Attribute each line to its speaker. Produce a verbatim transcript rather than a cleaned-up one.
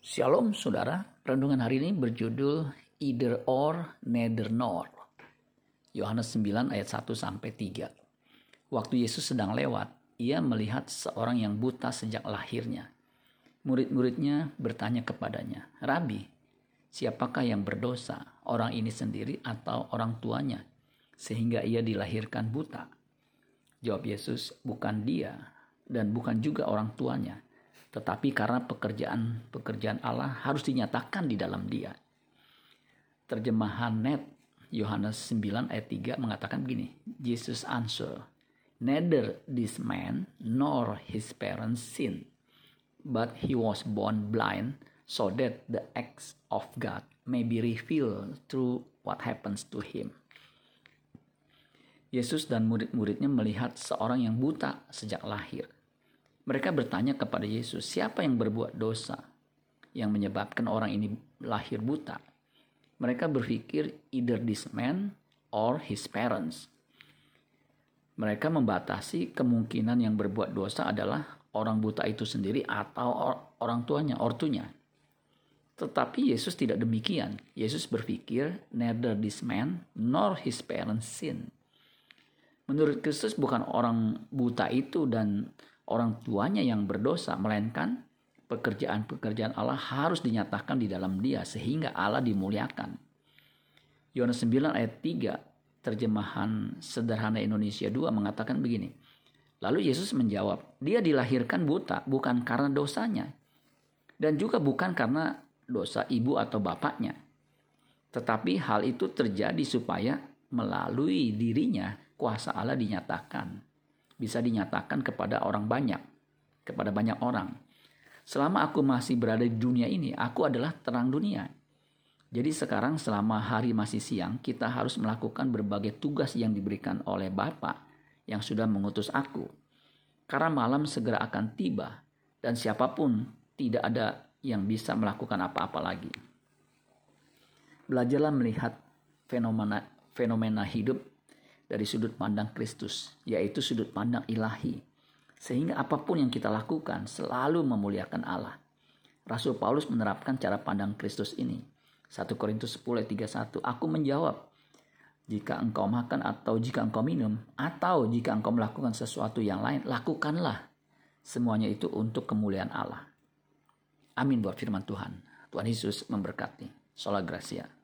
Speaker 1: Shalom saudara, renungan hari ini berjudul Either or, neither nor. Yohanes sembilan ayat satu sampai tiga. Waktu Yesus sedang lewat, ia melihat seorang yang buta sejak lahirnya. Murid-muridnya bertanya kepadanya, "Rabi, siapakah yang berdosa, orang ini sendiri atau orang tuanya, sehingga ia dilahirkan buta?" Jawab Yesus, "Bukan dia dan bukan juga orang tuanya, tetapi karena pekerjaan-pekerjaan Allah harus dinyatakan di dalam dia." Terjemahan Net Yohanes sembilan ayat tiga mengatakan begini, Jesus answer, "Neither this man nor his parents sinned, but he was born blind so that the acts of God may be revealed through what happens to him." Yesus dan murid-muridnya melihat seorang yang buta sejak lahir. Mereka bertanya kepada Yesus, siapa yang berbuat dosa yang menyebabkan orang ini lahir buta? Mereka berpikir either this man or his parents. Mereka membatasi kemungkinan yang berbuat dosa adalah orang buta itu sendiri atau orang tuanya, ortunya. Tetapi Yesus tidak demikian. Yesus berpikir neither this man nor his parents sin. Menurut Kristus bukan orang buta itu dan orang tuanya yang berdosa, melainkan pekerjaan-pekerjaan Allah harus dinyatakan di dalam dia sehingga Allah dimuliakan. Yohanes sembilan ayat tiga, terjemahan sederhana Indonesia dua mengatakan begini. Lalu Yesus menjawab, dia dilahirkan buta bukan karena dosanya dan juga bukan karena dosa ibu atau bapaknya. Tetapi hal itu terjadi supaya melalui dirinya kuasa Allah dinyatakan. Bisa dinyatakan kepada orang banyak, kepada banyak orang. Selama aku masih berada di dunia ini, aku adalah terang dunia. Jadi sekarang selama hari masih siang, kita harus melakukan berbagai tugas yang diberikan oleh Bapa yang sudah mengutus aku. Karena malam segera akan tiba dan siapapun tidak ada yang bisa melakukan apa-apa lagi. Belajarlah melihat fenomena fenomena hidup dari sudut pandang Kristus, yaitu sudut pandang ilahi. Sehingga apapun yang kita lakukan selalu memuliakan Allah. Rasul Paulus menerapkan cara pandang Kristus ini. satu Korintus sepuluh ayat tiga puluh satu, aku menjawab, jika engkau makan atau jika engkau minum, atau jika engkau melakukan sesuatu yang lain, lakukanlah. Semuanya itu untuk kemuliaan Allah. Amin buat firman Tuhan. Tuhan Yesus memberkati. Sola Gracia.